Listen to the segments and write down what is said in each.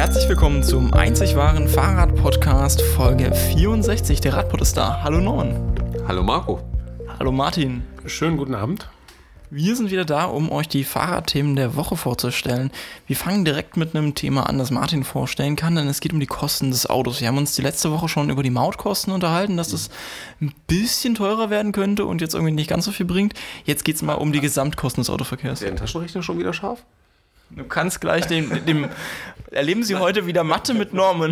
Herzlich willkommen zum einzig wahren Fahrrad-Podcast Folge 64. Der Radpod ist da. Hallo Norman. Hallo Marco. Hallo Martin. Schönen guten Abend. Wir sind wieder da, um euch die Fahrradthemen der Woche vorzustellen. Wir fangen direkt mit einem Thema an, das Martin vorstellen kann, denn es geht um die Kosten des Autos. Wir haben uns die letzte Woche schon über die Mautkosten unterhalten, dass das ein bisschen teurer werden könnte und jetzt irgendwie nicht ganz so viel bringt. Jetzt geht es mal um die Gesamtkosten des Autoverkehrs. Ist der Taschenrechner schon wieder scharf? Du kannst gleich erleben Sie heute wieder Mathe mit Norman.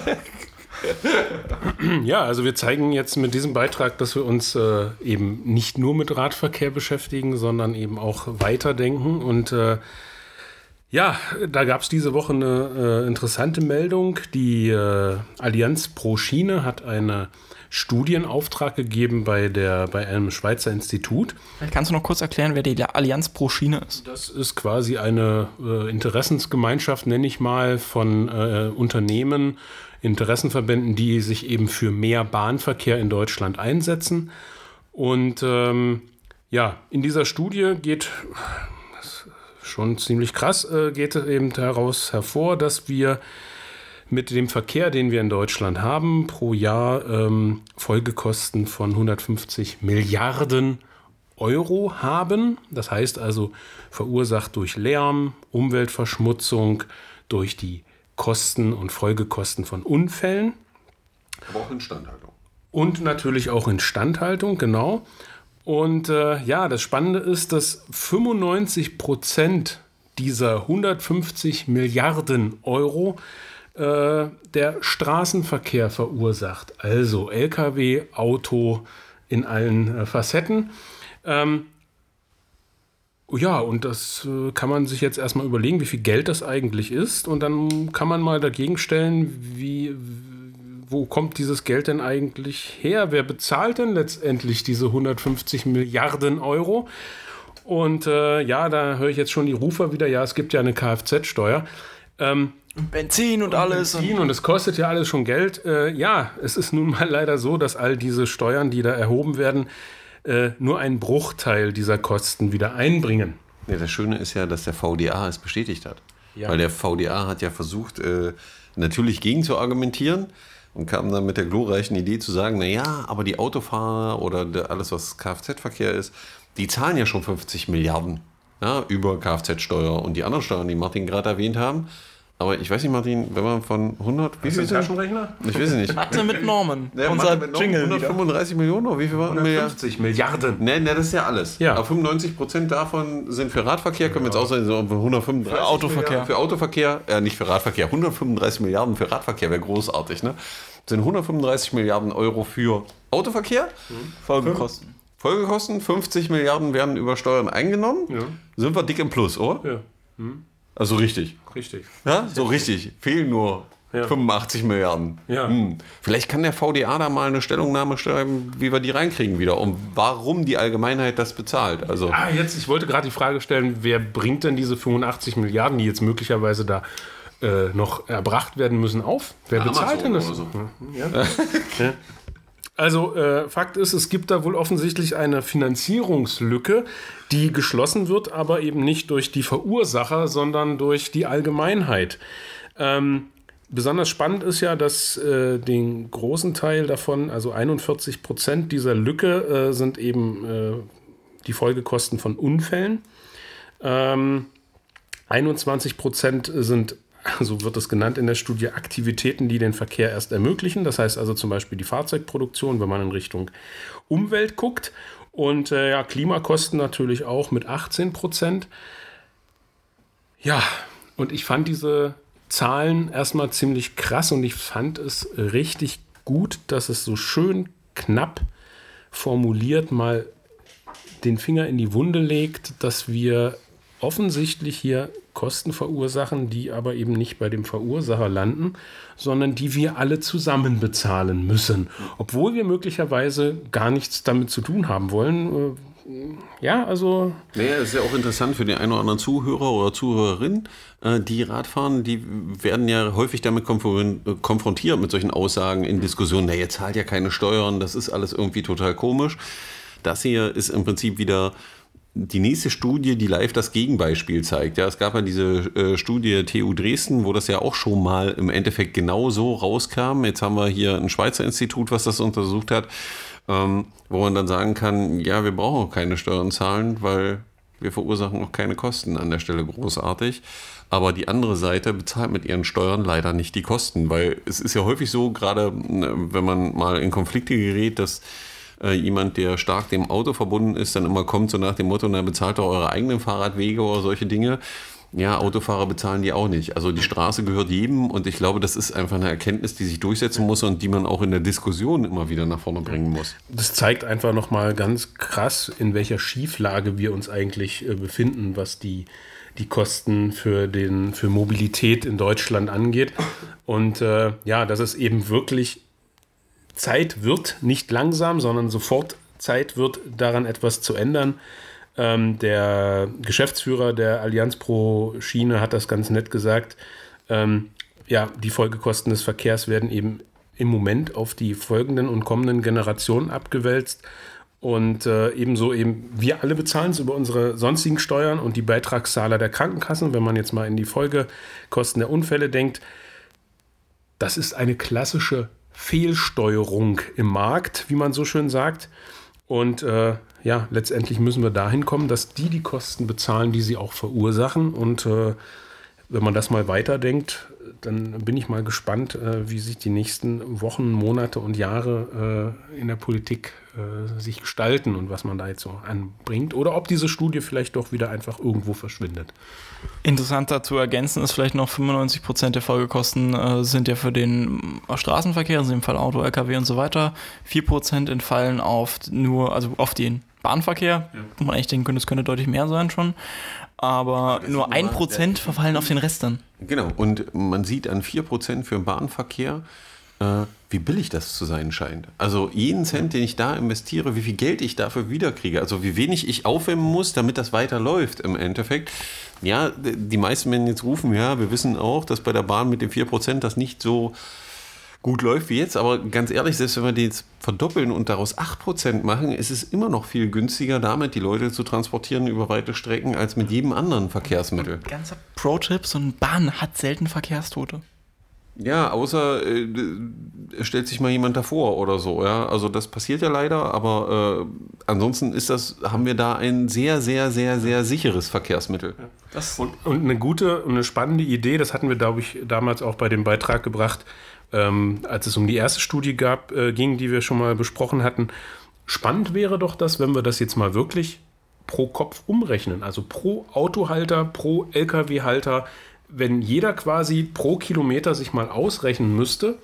Ja, also wir zeigen jetzt mit diesem Beitrag, dass wir uns eben nicht nur mit Radverkehr beschäftigen, sondern eben auch weiterdenken. Und ja, da gab es diese Woche eine interessante Meldung. Die Allianz pro Schiene hat einen Studienauftrag gegeben bei einem Schweizer Institut. Vielleicht kannst du noch kurz erklären, wer die Allianz pro Schiene ist. Das ist quasi eine Interessensgemeinschaft, nenne ich mal, von Unternehmen, Interessenverbänden, die sich eben für mehr Bahnverkehr in Deutschland einsetzen. Und ja, in dieser Studie geht, das ist schon ziemlich krass, geht eben daraus hervor, dass wir mit dem Verkehr, den wir in Deutschland haben, pro Jahr Folgekosten von 150 Milliarden Euro haben. Das heißt also verursacht durch Lärm, Umweltverschmutzung, durch die Kosten und Folgekosten von Unfällen. Aber auch Instandhaltung. Und natürlich auch Instandhaltung, genau. Und ja, das Spannende ist, dass 95% dieser 150 Milliarden Euro der Straßenverkehr verursacht. Also LKW, Auto in allen Facetten. Ja, und das kann man sich jetzt erstmal überlegen, wie viel Geld das eigentlich ist. Und dann kann man mal dagegen stellen, wo kommt dieses Geld denn eigentlich her? Wer bezahlt denn letztendlich diese 150 Milliarden Euro? Und ja, da höre ich jetzt schon die Rufer wieder, ja, es gibt ja eine Kfz-Steuer. Benzin und alles. Benzin und es kostet ja alles schon Geld. Ja, es ist nun mal leider so, dass all diese Steuern, die da erhoben werden, nur einen Bruchteil dieser Kosten wieder einbringen. Ja, das Schöne ist ja, dass der VDA es bestätigt hat. Ja. Weil der VDA hat ja versucht, natürlich gegen zu argumentieren und kam dann mit der glorreichen Idee zu sagen, naja, aber die Autofahrer oder alles, was Kfz-Verkehr ist, die zahlen ja schon 50 Milliarden über Kfz-Steuer und die anderen Steuern, die Martin gerade erwähnt haben. Aber ich weiß nicht, Martin, wenn man von 100... Wie viel Taschenrechner? Ich weiß nicht. Mathe mit Norman. Ja, unser mit Jingle 135 Millionen, oder wie viel waren 150 Milliarden. Ne, das ist ja alles. Ja. Aber 95% davon sind für Radverkehr, können wir jetzt auch sagen, so 135 für Autoverkehr. Milliarden. Für Autoverkehr, nicht für Radverkehr, 135 Milliarden für Radverkehr wäre großartig, ne? Das sind 135 Milliarden Euro für Autoverkehr. Folgekosten. Folgekosten, 50 Milliarden werden über Steuern eingenommen. Ja. Sind wir dick im Plus, oder? Ja. Also richtig. Richtig. Ja, so richtig. Fehlen nur 85 Milliarden. Ja. Vielleicht kann der VDA da mal eine Stellungnahme schreiben, wie wir die reinkriegen wieder und warum die Allgemeinheit das bezahlt. Also Ich wollte gerade die Frage stellen, wer bringt denn diese 85 Milliarden, die jetzt möglicherweise da noch erbracht werden müssen, auf? Wer bezahlt denn das? So. Ja. Ja. Also Fakt ist, es gibt da wohl offensichtlich eine Finanzierungslücke, die geschlossen wird, aber eben nicht durch die Verursacher, sondern durch die Allgemeinheit. Besonders spannend ist ja, dass den großen Teil davon, also 41% dieser Lücke, sind eben die Folgekosten von Unfällen. 21% sind, so wird es genannt in der Studie, Aktivitäten, die den Verkehr erst ermöglichen. Das heißt also zum Beispiel die Fahrzeugproduktion, wenn man in Richtung Umwelt guckt. Und ja, Klimakosten natürlich auch mit 18%. Ja, und ich fand diese Zahlen erstmal ziemlich krass und ich fand es richtig gut, dass es so schön knapp formuliert mal den Finger in die Wunde legt, dass wir offensichtlich hier Kosten verursachen, die aber eben nicht bei dem Verursacher landen, sondern die wir alle zusammen bezahlen müssen, obwohl wir möglicherweise gar nichts damit zu tun haben wollen. Ja, also... Naja, es ist ja auch interessant für den einen oder anderen Zuhörer oder Zuhörerin, die Radfahren, die werden ja häufig damit konfrontiert mit solchen Aussagen in Diskussionen, ihr zahlt ja keine Steuern, das ist alles irgendwie total komisch. Das hier ist im Prinzip wieder die nächste Studie, die live das Gegenbeispiel zeigt. Ja, es gab ja diese Studie TU Dresden, wo das ja auch schon mal im Endeffekt genau so rauskam. Jetzt haben wir hier ein Schweizer Institut, was das untersucht hat, wo man dann sagen kann, ja, wir brauchen auch keine Steuern zahlen, weil wir verursachen auch keine Kosten an der Stelle großartig. Aber die andere Seite bezahlt mit ihren Steuern leider nicht die Kosten, weil es ist ja häufig so, gerade wenn man mal in Konflikte gerät, dass jemand, der stark dem Auto verbunden ist, dann immer kommt so nach dem Motto, na, bezahlt doch eure eigenen Fahrradwege oder solche Dinge. Ja, Autofahrer bezahlen die auch nicht. Also die Straße gehört jedem und ich glaube, das ist einfach eine Erkenntnis, die sich durchsetzen muss und die man auch in der Diskussion immer wieder nach vorne bringen muss. Das zeigt einfach nochmal ganz krass, in welcher Schieflage wir uns eigentlich befinden, was die Kosten für Mobilität in Deutschland angeht. Und dass es eben wirklich Zeit wird, nicht langsam, sondern sofort Zeit wird, daran etwas zu ändern. Der Geschäftsführer der Allianz pro Schiene hat das ganz nett gesagt. Die Folgekosten des Verkehrs werden eben im Moment auf die folgenden und kommenden Generationen abgewälzt. Und ebenso eben, wir alle bezahlen es über unsere sonstigen Steuern und die Beitragszahler der Krankenkassen. Wenn man jetzt mal in die Folgekosten der Unfälle denkt, das ist eine klassische Fehlsteuerung im Markt, wie man so schön sagt. Und letztendlich müssen wir dahin kommen, dass die Kosten bezahlen, die sie auch verursachen. Und wenn man das mal weiterdenkt, dann bin ich mal gespannt, wie sich die nächsten Wochen, Monate und Jahre in der Politik sich gestalten und was man da jetzt so anbringt. Oder ob diese Studie vielleicht doch wieder einfach irgendwo verschwindet. Interessanter zu ergänzen ist vielleicht noch, 95% der Folgekosten sind ja für den Straßenverkehr, also im Fall Auto, LKW und so weiter. 4% entfallen auf den Bahnverkehr, wo man eigentlich denken könnte, es könnte deutlich mehr sein schon. Aber nur 1% verfallen auf den Rest dann. Genau, und man sieht an 4% für den Bahnverkehr, wie billig das zu sein scheint. Also jeden Cent, den ich da investiere, wie viel Geld ich dafür wiederkriege, also wie wenig ich aufwärmen muss, damit das weiterläuft im Endeffekt. Ja, die meisten werden jetzt rufen, ja, wir wissen auch, dass bei der Bahn mit den 4% das nicht so gut läuft wie jetzt, aber ganz ehrlich, selbst wenn wir die jetzt verdoppeln und daraus 8% machen, ist es immer noch viel günstiger, damit die Leute zu transportieren über weite Strecken, als mit jedem anderen Verkehrsmittel. Ganzer Pro-Tipp, so eine Bahn hat selten Verkehrstote. Ja, außer es stellt sich mal jemand davor oder so. Ja? Also das passiert ja leider, aber ansonsten haben wir da ein sehr, sehr, sehr, sehr sicheres Verkehrsmittel. Ja. Und eine gute und eine spannende Idee, das hatten wir, glaube ich, damals auch bei dem Beitrag gebracht, als es um die erste Studie ging, die wir schon mal besprochen hatten. Spannend wäre doch das, wenn wir das jetzt mal wirklich pro Kopf umrechnen, also pro Autohalter, pro LKW-Halter, wenn jeder quasi pro Kilometer sich mal ausrechnen müsste,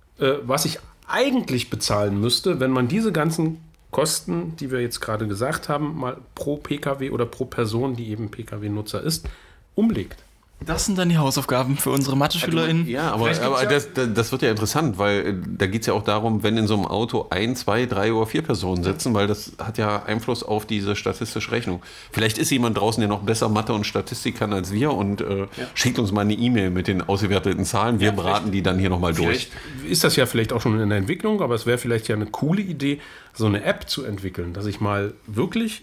was ich eigentlich bezahlen müsste, wenn man diese ganzen Kosten, die wir jetzt gerade gesagt haben, mal pro PKW oder pro Person, die eben PKW-Nutzer ist, umlegt. Das sind dann die Hausaufgaben für unsere Mathe-SchülerInnen. Ja, aber das wird ja interessant, weil da geht es ja auch darum, wenn in so einem Auto 1, 2, 3 oder 4 Personen sitzen, weil das hat ja Einfluss auf diese statistische Rechnung. Vielleicht ist jemand draußen, der noch besser Mathe und Statistik kann als wir und schickt uns mal eine E-Mail mit den ausgewerteten Zahlen. Wir beraten die dann hier nochmal durch. Ist das ja vielleicht auch schon in der Entwicklung, aber es wäre vielleicht ja eine coole Idee, so eine App zu entwickeln, dass ich mal wirklich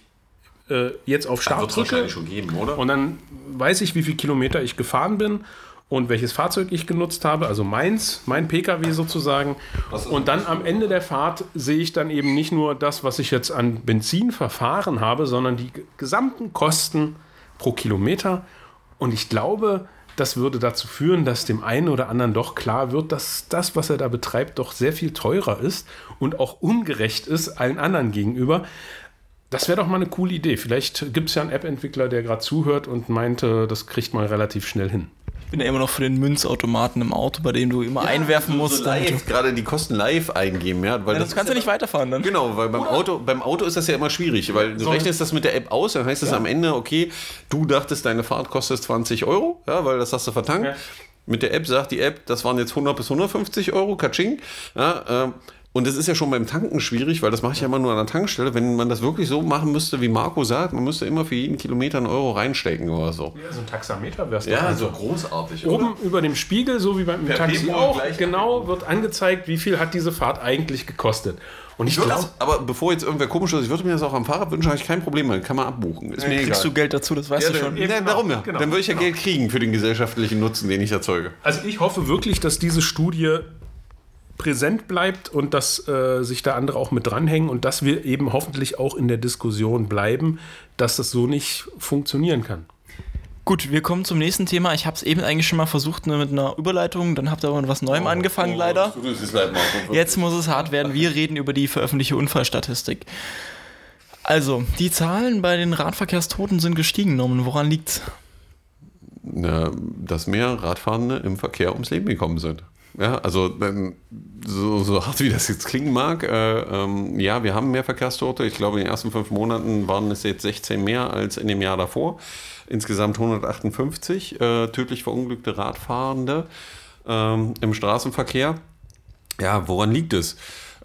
jetzt auf Start drücke schon geben, oder? Und dann weiß ich, wie viele Kilometer ich gefahren bin und welches Fahrzeug ich genutzt habe, also mein PKW sozusagen. Und dann am Ende der Fahrt sehe ich dann eben nicht nur das, was ich jetzt an Benzin verfahren habe, sondern die gesamten Kosten pro Kilometer. Und ich glaube, das würde dazu führen, dass dem einen oder anderen doch klar wird, dass das, was er da betreibt, doch sehr viel teurer ist und auch ungerecht ist allen anderen gegenüber. Das wäre doch mal eine coole Idee. Vielleicht gibt es ja einen App-Entwickler, der gerade zuhört und meinte, das kriegt man relativ schnell hin. Ich bin ja immer noch für den Münzautomaten im Auto, bei dem du immer einwerfen musst. So gerade die Kosten live eingeben. Ja, weil das kannst du nicht weiterfahren dann. Genau, weil beim Auto ist das ja immer schwierig, weil du rechnest das mit der App aus, dann heißt es am Ende, okay, du dachtest, deine Fahrt kostet 20 €, ja, weil das hast du vertankt. Ja. Mit der App sagt die App, das waren jetzt 100 bis 150 €, Katsching. Ja, Und das ist ja schon beim Tanken schwierig, weil das mache ich ja immer nur an der Tankstelle. Wenn man das wirklich so machen müsste, wie Marco sagt, man müsste immer für jeden Kilometer einen Euro reinstecken oder so. Ja, so ein Taxameter wäre es ja, so großartig. Oben über dem Spiegel, so wie beim Taxi auch, genau, wird angezeigt, wie viel hat diese Fahrt eigentlich gekostet. Und ich glaube, aber bevor jetzt irgendwer komisch ist, ich würde mir das auch am Fahrrad wünschen, habe ich kein Problem mehr. Kann man abbuchen. Ist mir kriegst egal. Du Geld dazu, das weißt du schon. Ja, darum ja. Genau. Dann würde ich ja Geld kriegen für den gesellschaftlichen Nutzen, den ich erzeuge. Also ich hoffe wirklich, dass diese Studie präsent bleibt und dass sich da andere auch mit dranhängen und dass wir eben hoffentlich auch in der Diskussion bleiben, dass das so nicht funktionieren kann. Gut, wir kommen zum nächsten Thema. Ich habe es eben eigentlich schon mal versucht mit einer Überleitung, dann habt ihr aber mit was Neuem angefangen, leider. Jetzt muss es hart werden. Wir reden über die veröffentlichte Unfallstatistik. Also, die Zahlen bei den Radverkehrstoten sind gestiegen. Woran liegt's? Dass mehr Radfahrende im Verkehr ums Leben gekommen sind. Ja, also so hart wie das jetzt klingen mag, ja, wir haben mehr Verkehrstote. Ich glaube, in den ersten 5 Monaten waren es jetzt 16 mehr als in dem Jahr davor. Insgesamt 158 tödlich verunglückte Radfahrende im Straßenverkehr. Ja, woran liegt es?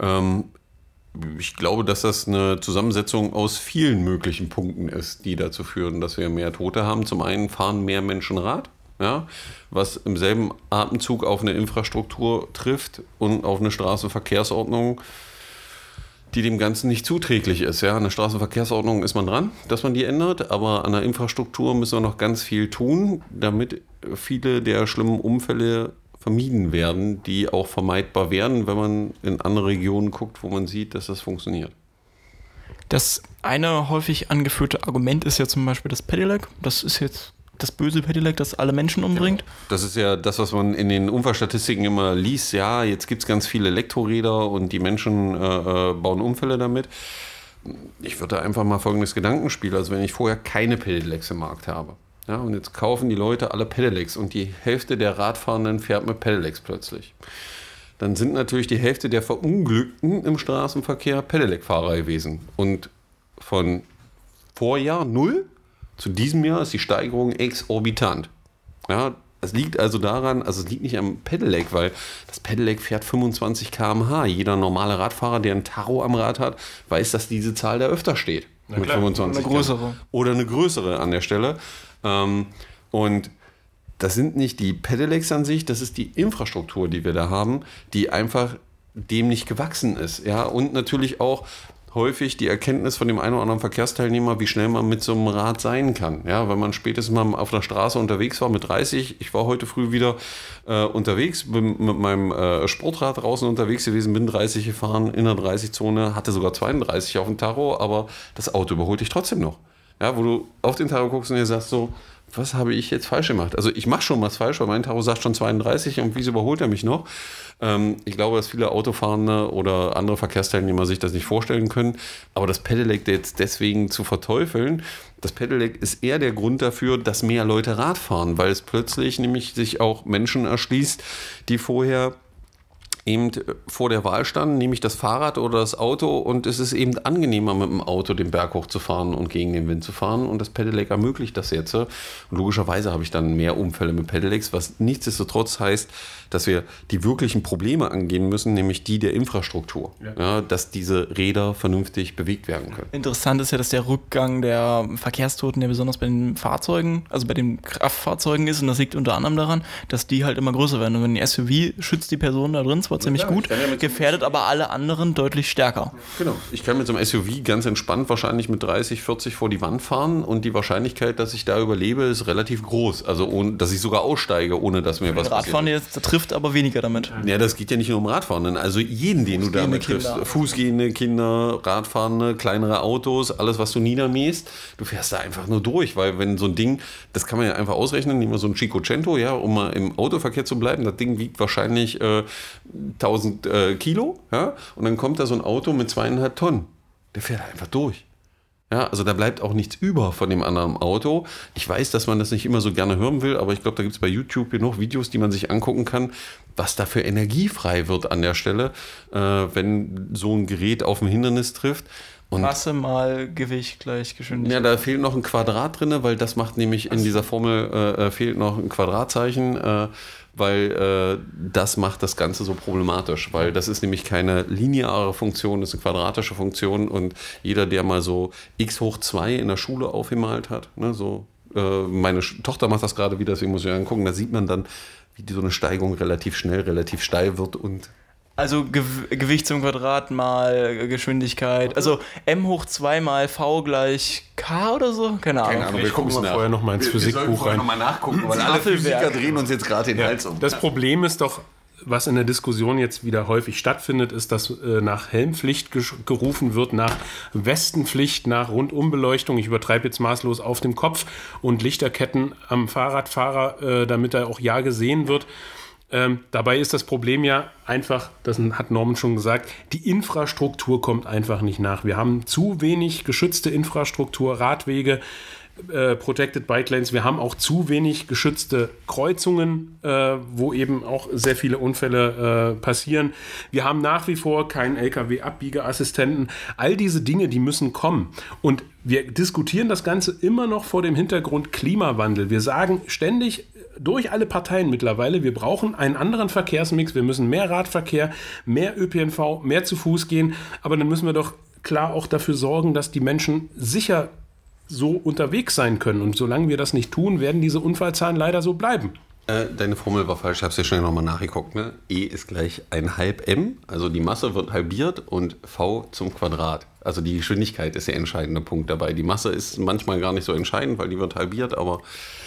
Ich glaube, dass das eine Zusammensetzung aus vielen möglichen Punkten ist, die dazu führen, dass wir mehr Tote haben. Zum einen fahren mehr Menschen Rad. Ja, was im selben Atemzug auf eine Infrastruktur trifft und auf eine Straßenverkehrsordnung, die dem Ganzen nicht zuträglich ist. Ja, an der Straßenverkehrsordnung ist man dran, dass man die ändert, aber an der Infrastruktur müssen wir noch ganz viel tun, damit viele der schlimmen Unfälle vermieden werden, die auch vermeidbar werden, wenn man in andere Regionen guckt, wo man sieht, dass das funktioniert. Das eine häufig angeführte Argument ist ja zum Beispiel das Pedelec. Das ist jetzt das böse Pedelec, das alle Menschen umbringt. Ja, das ist ja das, was man in den Unfallstatistiken immer liest. Ja, jetzt gibt es ganz viele Elektroräder und die Menschen bauen Unfälle damit. Ich würde einfach mal folgendes Gedankenspiel, also wenn ich vorher keine Pedelecs im Markt habe, ja, und jetzt kaufen die Leute alle Pedelecs und die Hälfte der Radfahrenden fährt mit Pedelecs plötzlich. Dann sind natürlich die Hälfte der Verunglückten im Straßenverkehr Pedelec-Fahrer gewesen. Und von Vorjahr 0 zu diesem Jahr ist die Steigerung exorbitant. Ja, es liegt also daran, also es liegt nicht am Pedelec, weil das Pedelec fährt 25 km/h. Jeder normale Radfahrer, der ein Tacho am Rad hat, weiß, dass diese Zahl da öfter steht. Mit 25 eine größere. Oder eine größere an der Stelle. Und das sind nicht die Pedelecs an sich, das ist die Infrastruktur, die wir da haben, die einfach dem nicht gewachsen ist. Ja, und natürlich auch häufig die Erkenntnis von dem einen oder anderen Verkehrsteilnehmer, wie schnell man mit so einem Rad sein kann. Ja, wenn man spätestens mal auf der Straße unterwegs war mit 30, ich war heute früh wieder unterwegs, bin mit meinem Sportrad draußen unterwegs gewesen, bin 30 gefahren, in der 30-Zone, hatte sogar 32 auf dem Tacho, aber das Auto überholt dich trotzdem noch. Ja, wo du auf den Tacho guckst und dir sagst so, was habe ich jetzt falsch gemacht? Also ich mache schon was falsch, weil mein Tacho sagt schon 32 und wieso überholt er mich noch? Ich glaube, dass viele Autofahrende oder andere Verkehrsteilnehmer sich das nicht vorstellen können. Aber das Pedelec jetzt deswegen zu verteufeln, das Pedelec ist eher der Grund dafür, dass mehr Leute Rad fahren, weil es plötzlich nämlich sich auch Menschen erschließt, die vorher eben vor der Wahl standen, nämlich das Fahrrad oder das Auto, und es ist eben angenehmer mit dem Auto den Berg hoch zu fahren und gegen den Wind zu fahren, und das Pedelec ermöglicht das jetzt. Und logischerweise habe ich dann mehr Unfälle mit Pedelecs, was nichtsdestotrotz heißt, dass wir die wirklichen Probleme angehen müssen, nämlich die der Infrastruktur, ja, dass diese Räder vernünftig bewegt werden können. Interessant ist ja, dass der Rückgang der Verkehrstoten ja besonders bei den Fahrzeugen, also bei den Kraftfahrzeugen ist, und das liegt unter anderem daran, dass die halt immer größer werden. Und wenn ein SUV schützt die Person da drin zwar ziemlich gut, gefährdet aber alle anderen deutlich stärker. Genau. Ich kann mit so einem SUV ganz entspannt wahrscheinlich mit 30, 40 vor die Wand fahren, und die Wahrscheinlichkeit, dass ich da überlebe, ist relativ groß. Also dass ich sogar aussteige, ohne dass mir was passiert. Radfahren jetzt trifft aber weniger damit. Ja, das geht ja nicht nur um Radfahrenden. Also jeden, den du damit triffst. Fußgehende Kinder, Radfahrende, kleinere Autos, alles, was du niedermähst, du fährst da einfach nur durch, weil wenn so ein Ding, das kann man ja einfach ausrechnen, nehmen wir so ein Cinquecento, ja, um mal im Autoverkehr zu bleiben, das Ding wiegt wahrscheinlich 1000 Kilo, ja, und dann kommt da so ein Auto mit 2,5 Tonnen. Der fährt einfach durch. Ja, also da bleibt auch nichts über von dem anderen Auto. Ich weiß, dass man das nicht immer so gerne hören will, aber ich glaube, da gibt es bei YouTube genug Videos, die man sich angucken kann, was da für Energie frei wird an der Stelle, wenn so ein Gerät auf ein Hindernis trifft. Und Masse mal Gewicht gleich Geschwindigkeit. Ja, da fehlt noch ein Quadrat drin, weil das macht nämlich in dieser Formel fehlt noch ein Quadratzeichen, weil das macht das Ganze so problematisch, weil das ist nämlich keine lineare Funktion, das ist eine quadratische Funktion und jeder, der mal so x hoch 2 in der Schule aufgemalt hat, ne, so meine Tochter macht das gerade wieder, deswegen muss ich angucken, da sieht man dann, wie so eine Steigung relativ schnell, relativ steil wird und also Gewicht zum Quadrat mal Geschwindigkeit. Also m hoch 2 mal v gleich k oder so? Keine Ahnung. Wir gucken mal vorher noch mal ins Physikbuch rein. Noch mal nachgucken, weil alle Physiker drehen uns jetzt gerade den Hals um. Das Problem ist doch, was in der Diskussion jetzt wieder häufig stattfindet, ist, dass nach Helmpflicht gerufen wird, nach Westenpflicht, nach Rundumbeleuchtung, ich übertreibe jetzt maßlos, auf dem Kopf und Lichterketten am Fahrradfahrer, damit er auch ja gesehen wird. Dabei ist das Problem ja einfach, das hat Norman schon gesagt, die Infrastruktur kommt einfach nicht nach. Wir haben zu wenig geschützte Infrastruktur, Radwege, Protected Bike Lanes. Wir haben auch zu wenig geschützte Kreuzungen, wo eben auch sehr viele Unfälle passieren. Wir haben nach wie vor keinen LKW-Abbiegeassistenten. All diese Dinge, die müssen kommen. Und wir diskutieren das Ganze immer noch vor dem Hintergrund Klimawandel. Wir sagen ständig durch alle Parteien mittlerweile, wir brauchen einen anderen Verkehrsmix. Wir müssen mehr Radverkehr, mehr ÖPNV, mehr zu Fuß gehen. Aber dann müssen wir doch klar auch dafür sorgen, dass die Menschen sicher so unterwegs sein können. Und solange wir das nicht tun, werden diese Unfallzahlen leider so bleiben. Deine Formel war falsch, ich habe es ja schnell nochmal nachgeguckt. Ne? E ist gleich 1,5 m, also die Masse wird halbiert und v zum Quadrat. Also die Geschwindigkeit ist der entscheidende Punkt dabei. Die Masse ist manchmal gar nicht so entscheidend, weil die wird halbiert, aber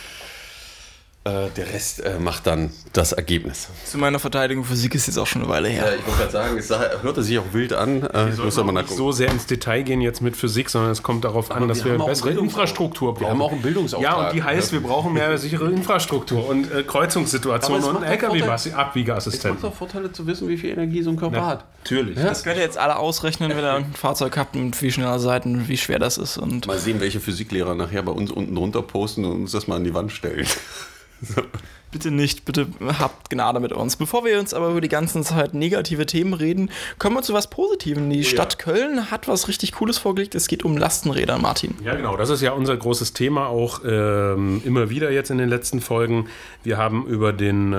der Rest macht dann das Ergebnis. Zu meiner Verteidigung, Physik ist jetzt auch schon eine Weile her. Ja, ich wollte gerade sagen, es hörte sich auch wild an. Wir sollten nicht so sehr ins Detail gehen jetzt mit Physik, sondern es kommt darauf an, dass wir bessere Infrastruktur brauchen. Wir haben auch einen Bildungsauftrag. Ja, und die heißt, wir brauchen mehr sichere Infrastruktur und Kreuzungssituationen und LKW-Abbiegeassistenten. Es macht doch Vorteile zu wissen, wie viel Energie so ein Körper hat. Natürlich. Ja? Das könnt ihr jetzt alle ausrechnen, wenn ihr ein Fahrzeug habt und wie schneller seid und wie schwer das ist. Und mal sehen, welche Physiklehrer nachher bei uns unten drunter posten und uns das mal an die Wand stellen. So. Bitte nicht, bitte habt Gnade mit uns. Bevor wir uns aber über die ganze Zeit negative Themen reden, kommen wir zu was Positivem. Die Stadt Köln hat was richtig Cooles vorgelegt. Es geht um Lastenräder, Martin. Ja, genau. Das ist ja unser großes Thema auch immer wieder jetzt in den letzten Folgen. Wir haben über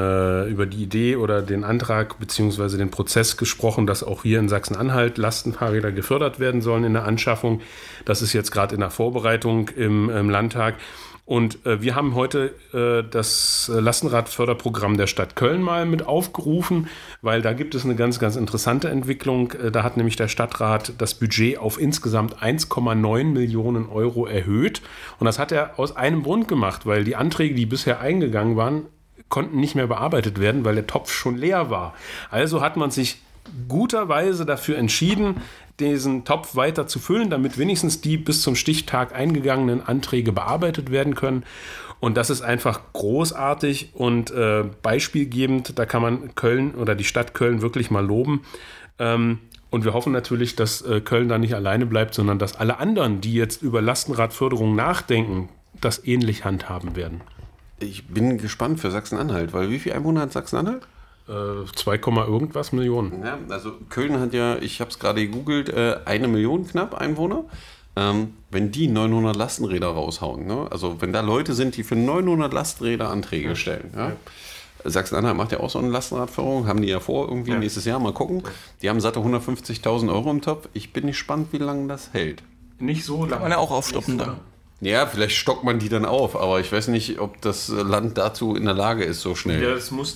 die Idee oder den Antrag bzw. den Prozess gesprochen, dass auch hier in Sachsen-Anhalt Lastenfahrräder gefördert werden sollen in der Anschaffung. Das ist jetzt gerade in der Vorbereitung im Landtag. Und wir haben heute das Lastenradförderprogramm der Stadt Köln mal mit aufgerufen, weil da gibt es eine ganz, ganz interessante Entwicklung. Da hat nämlich der Stadtrat das Budget auf insgesamt 1,9 Millionen Euro erhöht. Und das hat er aus einem Grund gemacht, weil die Anträge, die bisher eingegangen waren, konnten nicht mehr bearbeitet werden, weil der Topf schon leer war. Also hat man sich guterweise dafür entschieden, diesen Topf weiter zu füllen, damit wenigstens die bis zum Stichtag eingegangenen Anträge bearbeitet werden können. Und das ist einfach großartig und beispielgebend. Da kann man Köln oder die Stadt Köln wirklich mal loben. Und wir hoffen natürlich, dass Köln da nicht alleine bleibt, sondern dass alle anderen, die jetzt über Lastenradförderung nachdenken, das ähnlich handhaben werden. Ich bin gespannt für Sachsen-Anhalt, weil wie viel Einwohner hat Sachsen-Anhalt? 2, irgendwas Millionen. Ja, also Köln hat ja, ich habe es gerade gegoogelt, 1 Million knapp Einwohner. Wenn die 900 Lastenräder raushauen, ne? Also wenn da Leute sind, die für 900 Lastenräder Anträge stellen. Ja? Sachsen-Anhalt macht ja auch so eine Lastenradförderung, haben die ja vor, irgendwie nächstes Jahr, mal gucken. Die haben satte 150.000 Euro im Topf. Ich bin gespannt, wie lange das hält. Nicht so lange. Kann man ja auch aufstoppen dann. Ja, vielleicht stockt man die dann auf, aber ich weiß nicht, ob das Land dazu in der Lage ist, so schnell. Ja, das muss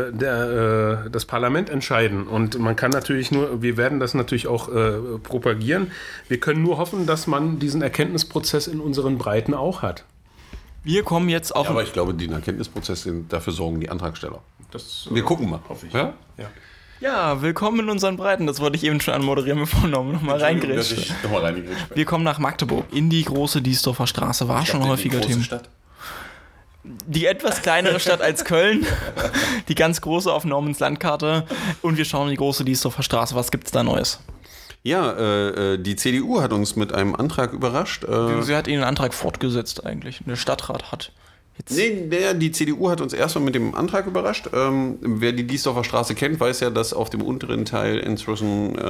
das Parlament entscheiden. Und man kann natürlich wir werden das natürlich auch propagieren. Wir können nur hoffen, dass man diesen Erkenntnisprozess in unseren Breiten auch hat. Wir kommen jetzt auch. Ja, aber ich glaube, den Erkenntnisprozess, dafür sorgen die Antragsteller. Wir gucken mal. Hoffe ich. Ja? Ja, willkommen in unseren Breiten. Das wollte ich eben schon anmoderieren, bevor wir nochmal reingrätschen. Wir kommen nach Magdeburg, in die große Diesdorfer Straße. War schon häufiger Thema. Die etwas kleinere Stadt als Köln, die ganz große auf Normans Landkarte. Und wir schauen in die große Diesdorfer Straße. Was gibt's da Neues? Ja, die CDU hat uns mit einem Antrag überrascht. Sie hat ihren Antrag fortgesetzt eigentlich. Der Stadtrat hat. Die CDU hat uns erstmal mit dem Antrag überrascht. Wer die Diesdorfer Straße kennt, weiß ja, dass auf dem unteren Teil inzwischen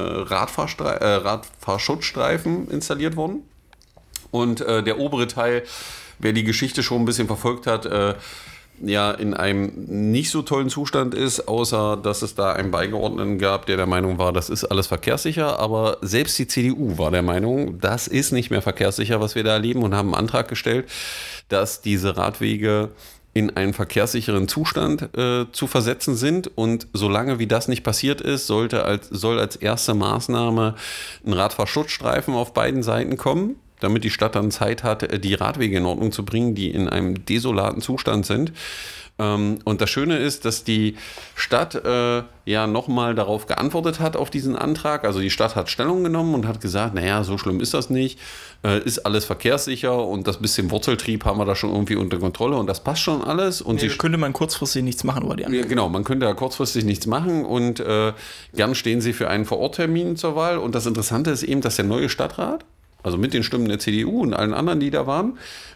Radfahrschutzstreifen installiert wurden. Und der obere Teil, wer die Geschichte schon ein bisschen verfolgt hat, ja in einem nicht so tollen Zustand ist, außer dass es da einen Beigeordneten gab, der Meinung war, das ist alles verkehrssicher. Aber selbst die CDU war der Meinung, das ist nicht mehr verkehrssicher, was wir da erleben, und haben einen Antrag gestellt, dass diese Radwege in einen verkehrssicheren Zustand zu versetzen sind. Und solange wie das nicht passiert ist, soll als erste Maßnahme ein Radfahrschutzstreifen auf beiden Seiten kommen, damit die Stadt dann Zeit hat, die Radwege in Ordnung zu bringen, die in einem desolaten Zustand sind. Und das Schöne ist, dass die Stadt ja nochmal darauf geantwortet hat, auf diesen Antrag. Also die Stadt hat Stellung genommen und hat gesagt, naja, so schlimm ist das nicht, ist alles verkehrssicher und das bisschen Wurzeltrieb haben wir da schon irgendwie unter Kontrolle und das passt schon alles. Und könnte man kurzfristig nichts machen über die Anlage. Ja, genau, man könnte ja kurzfristig nichts machen und gern stehen sie für einen Vororttermin zur Wahl. Und das Interessante ist eben, dass der neue Stadtrat, also mit den Stimmen der CDU und allen anderen, die da waren,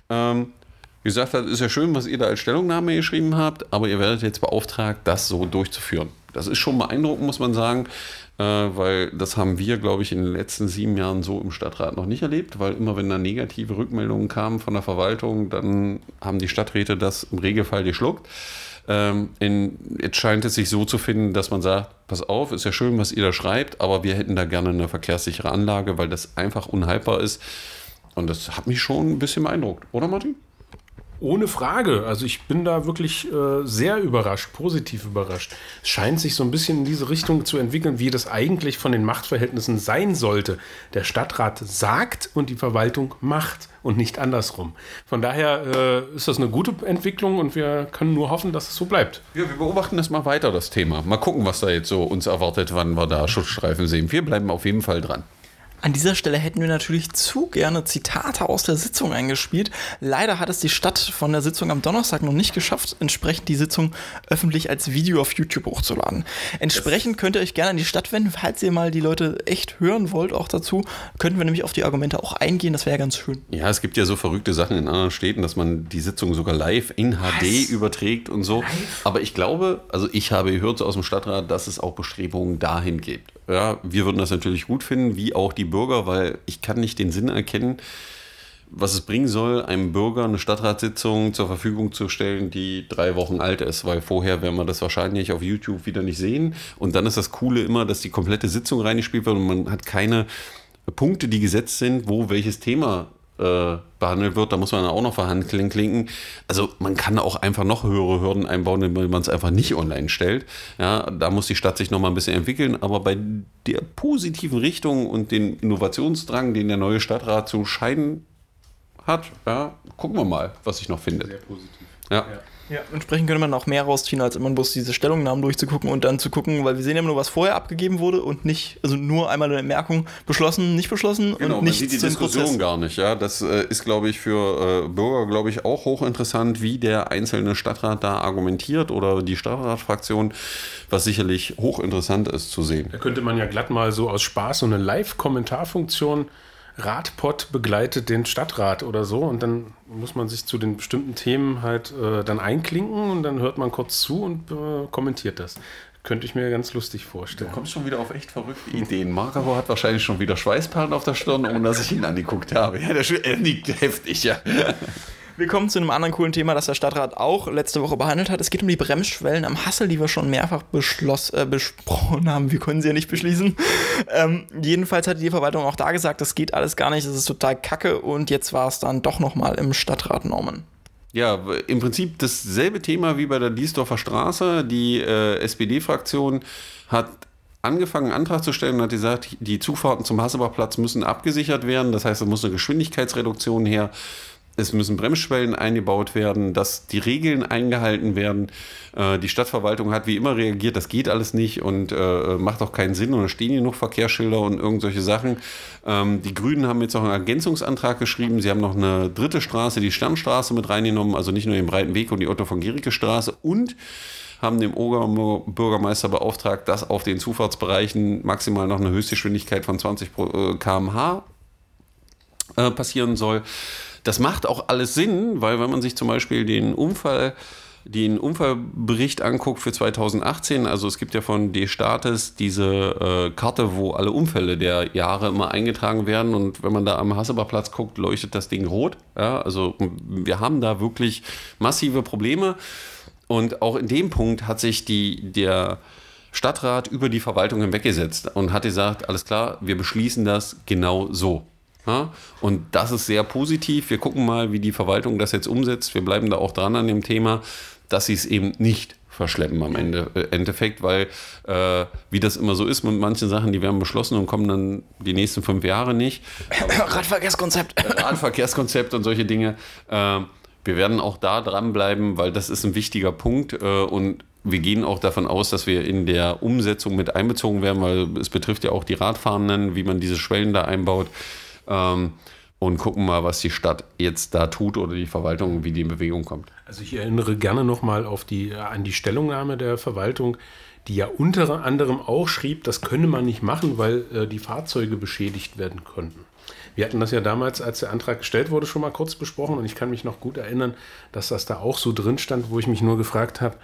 gesagt hat, ist ja schön, was ihr da als Stellungnahme geschrieben habt, aber ihr werdet jetzt beauftragt, das so durchzuführen. Das ist schon beeindruckend, muss man sagen, weil das haben wir, glaube ich, in den letzten 7 Jahren so im Stadtrat noch nicht erlebt, weil immer, wenn da negative Rückmeldungen kamen von der Verwaltung, dann haben die Stadträte das im Regelfall geschluckt. Jetzt scheint es sich so zu finden, dass man sagt, pass auf, ist ja schön, was ihr da schreibt, aber wir hätten da gerne eine verkehrssichere Anlage, weil das einfach unhaltbar ist. Und das hat mich schon ein bisschen beeindruckt, oder Martin? Ohne Frage. Also ich bin da wirklich sehr überrascht, positiv überrascht. Es scheint sich so ein bisschen in diese Richtung zu entwickeln, wie das eigentlich von den Machtverhältnissen sein sollte. Der Stadtrat sagt und die Verwaltung macht und nicht andersrum. Von daher ist das eine gute Entwicklung und wir können nur hoffen, dass es so bleibt. Ja, wir beobachten das mal weiter, das Thema. Mal gucken, was da jetzt so uns erwartet, wann wir da Schutzstreifen sehen. Wir bleiben auf jeden Fall dran. An dieser Stelle hätten wir natürlich zu gerne Zitate aus der Sitzung eingespielt. Leider hat es die Stadt von der Sitzung am Donnerstag noch nicht geschafft, entsprechend die Sitzung öffentlich als Video auf YouTube hochzuladen. Entsprechend könnt ihr euch gerne an die Stadt wenden, falls ihr mal die Leute echt hören wollt, auch dazu. Könnten wir nämlich auf die Argumente auch eingehen, das wäre ja ganz schön. Ja, es gibt ja so verrückte Sachen in anderen Städten, dass man die Sitzung sogar live in HD überträgt und so. Live? Aber ich glaube, also ich habe gehört aus dem Stadtrat, dass es auch Bestrebungen dahin gibt. Ja, wir würden das natürlich gut finden, wie auch die Bürger, weil ich kann nicht den Sinn erkennen, was es bringen soll, einem Bürger eine Stadtratssitzung zur Verfügung zu stellen, die 3 Wochen alt ist, weil vorher werden wir das wahrscheinlich auf YouTube wieder nicht sehen. Und dann ist das Coole immer, dass die komplette Sitzung reingespielt wird und man hat keine Punkte, die gesetzt sind, wo welches Thema behandelt wird. Da muss man auch noch verhandeln klinken. Also man kann auch einfach noch höhere Hürden einbauen, wenn man es einfach nicht online stellt. Ja, da muss die Stadt sich noch mal ein bisschen entwickeln. Aber bei der positiven Richtung und dem Innovationsdrang, den der neue Stadtrat zu scheinen hat, ja, gucken wir mal, was sich noch findet. Sehr positiv. Ja. Ja, entsprechend könnte man auch mehr rausziehen, als immer bloß diese Stellungnahmen durchzugucken und dann zu gucken, weil wir sehen ja nur, was vorher abgegeben wurde und nicht, also nur einmal eine Merkung beschlossen, nicht beschlossen genau, und nicht man sieht die Diskussion Prozess. Gar nicht. Ja, das ist, glaube ich, für Bürger, glaube ich, auch hochinteressant, wie der einzelne Stadtrat da argumentiert oder die Stadtratsfraktion, was sicherlich hochinteressant ist zu sehen. Da könnte man ja glatt mal so aus Spaß so eine Live-Kommentarfunktion Radpod begleitet den Stadtrat oder so und dann muss man sich zu den bestimmten Themen halt dann einklinken und dann hört man kurz zu und kommentiert das. Könnte ich mir ganz lustig vorstellen. Du kommst schon wieder auf echt verrückte Ideen. Marc aber hat wahrscheinlich schon wieder Schweißperlen auf der Stirn, ohne dass ich ihn angeguckt habe. Ja, der liegt heftig, ja. Wir kommen zu einem anderen coolen Thema, das der Stadtrat auch letzte Woche behandelt hat. Es geht um die Bremsschwellen am Hassel, die wir schon mehrfach besprochen haben. Wir können sie ja nicht beschließen. Jedenfalls hat die Verwaltung auch da gesagt, das geht alles gar nicht, das ist total kacke. Und jetzt war es dann doch nochmal im Stadtrat Norman. Ja, im Prinzip dasselbe Thema wie bei der Diesdorfer Straße. Die SPD-Fraktion hat angefangen, einen Antrag zu stellen und hat gesagt, die Zufahrten zum Hasselbachplatz müssen abgesichert werden. Das heißt, es muss eine Geschwindigkeitsreduktion her. Es müssen Bremsschwellen eingebaut werden, dass die Regeln eingehalten werden. Die Stadtverwaltung hat wie immer reagiert, das geht alles nicht und macht auch keinen Sinn. Und da stehen genug Verkehrsschilder und irgend solche Sachen. Die Grünen haben jetzt noch einen Ergänzungsantrag geschrieben. Sie haben noch eine dritte Straße, die Sternstraße, mit reingenommen, also nicht nur den Breiten Weg und die Otto-von-Guericke-Straße und haben dem Bürgermeister beauftragt, dass auf den Zufahrtsbereichen maximal noch eine Höchstgeschwindigkeit von 20 km/h passieren soll. Das macht auch alles Sinn, weil wenn man sich zum Beispiel den Unfall den Unfallbericht anguckt für 2018, also es gibt ja von D-Status diese Karte, wo alle Unfälle der Jahre immer eingetragen werden, und wenn man da am Hasselbachplatz guckt, leuchtet das Ding rot. Ja, also wir haben da wirklich massive Probleme, und auch in dem Punkt hat sich der Stadtrat über die Verwaltung hinweggesetzt und hat gesagt, alles klar, wir beschließen das genau so. Ja, und das ist sehr positiv. Wir gucken mal, wie die Verwaltung das jetzt umsetzt. Wir bleiben da auch dran an dem Thema, dass sie es eben nicht verschleppen am Endeffekt, weil wie das immer so ist mit manchen Sachen, die werden beschlossen und kommen dann die nächsten 5 Jahre nicht. Radverkehrskonzept und solche Dinge. Wir werden auch da dranbleiben, weil das ist ein wichtiger Punkt, und wir gehen auch davon aus, dass wir in der Umsetzung mit einbezogen werden, weil es betrifft ja auch die Radfahrenden, wie man diese Schwellen da einbaut. Und gucken mal, was die Stadt jetzt da tut oder die Verwaltung, wie die in Bewegung kommt. Also ich erinnere gerne nochmal an die Stellungnahme der Verwaltung, die ja unter anderem auch schrieb, das könne man nicht machen, weil die Fahrzeuge beschädigt werden könnten. Wir hatten das ja damals, als der Antrag gestellt wurde, schon mal kurz besprochen, und ich kann mich noch gut erinnern, dass das da auch so drin stand, wo ich mich nur gefragt habe,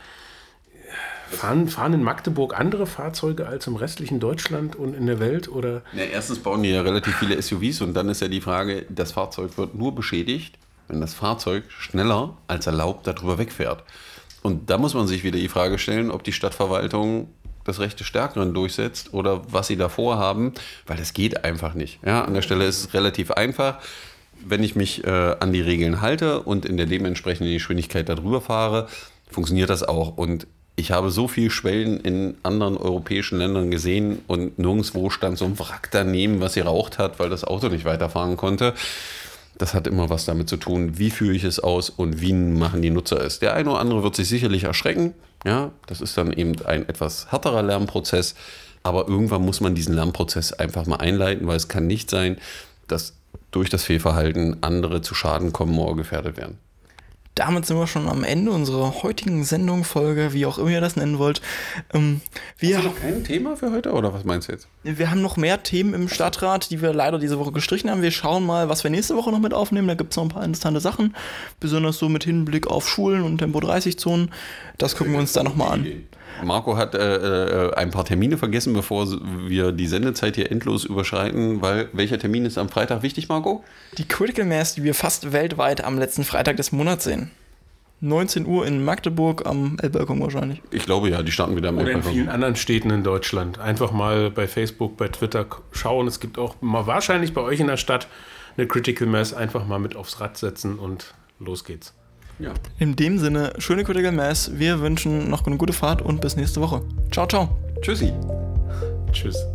fahren in Magdeburg andere Fahrzeuge als im restlichen Deutschland und in der Welt? Oder? Ja, erstens bauen die ja relativ viele SUVs, und dann ist ja die Frage, das Fahrzeug wird nur beschädigt, wenn das Fahrzeug schneller als erlaubt darüber wegfährt. Und da muss man sich wieder die Frage stellen, ob die Stadtverwaltung das Recht des Stärkeren durchsetzt oder was sie da vorhaben, weil das geht einfach nicht. Ja, an der Stelle ist es relativ einfach. Wenn ich mich an die Regeln halte und in der dementsprechenden Geschwindigkeit darüber fahre, funktioniert das auch. Und ich habe so viele Schwellen in anderen europäischen Ländern gesehen, und nirgendwo stand so ein Wrack daneben, was geraucht hat, weil das Auto nicht weiterfahren konnte. Das hat immer was damit zu tun, wie führe ich es aus und wie machen die Nutzer es. Der eine oder andere wird sich sicherlich erschrecken. Ja, das ist dann eben ein etwas härterer Lernprozess. Aber irgendwann muss man diesen Lernprozess einfach mal einleiten, weil es kann nicht sein, dass durch das Fehlverhalten andere zu Schaden kommen oder gefährdet werden. Damit sind wir schon am Ende unserer heutigen Sendung, Folge, wie auch immer ihr das nennen wollt. Hast du noch kein Thema für heute, oder was meinst du jetzt? Wir haben noch mehr Themen im Stadtrat, die wir leider diese Woche gestrichen haben. Wir schauen mal, was wir nächste Woche noch mit aufnehmen. Da gibt es noch ein paar interessante Sachen, besonders so mit Hinblick auf Schulen und Tempo-30-Zonen. Das gucken wir uns da nochmal an. Marco hat ein paar Termine vergessen, bevor wir die Sendezeit hier endlos überschreiten, weil welcher Termin ist am Freitag wichtig, Marco? Die Critical Mass, die wir fast weltweit am letzten Freitag des Monats sehen. 19 Uhr in Magdeburg am Elbbalkon wahrscheinlich. Ich glaube ja, die starten wieder am Elbbalkon. Oder in vielen anderen Städten in Deutschland. Einfach mal bei Facebook, bei Twitter schauen. Es gibt auch mal wahrscheinlich bei euch in der Stadt eine Critical Mass. Einfach mal mit aufs Rad setzen und los geht's. Ja. In dem Sinne, schöne Critical Mass. Wir wünschen noch eine gute Fahrt und bis nächste Woche. Ciao, ciao. Tschüssi. Tschüss.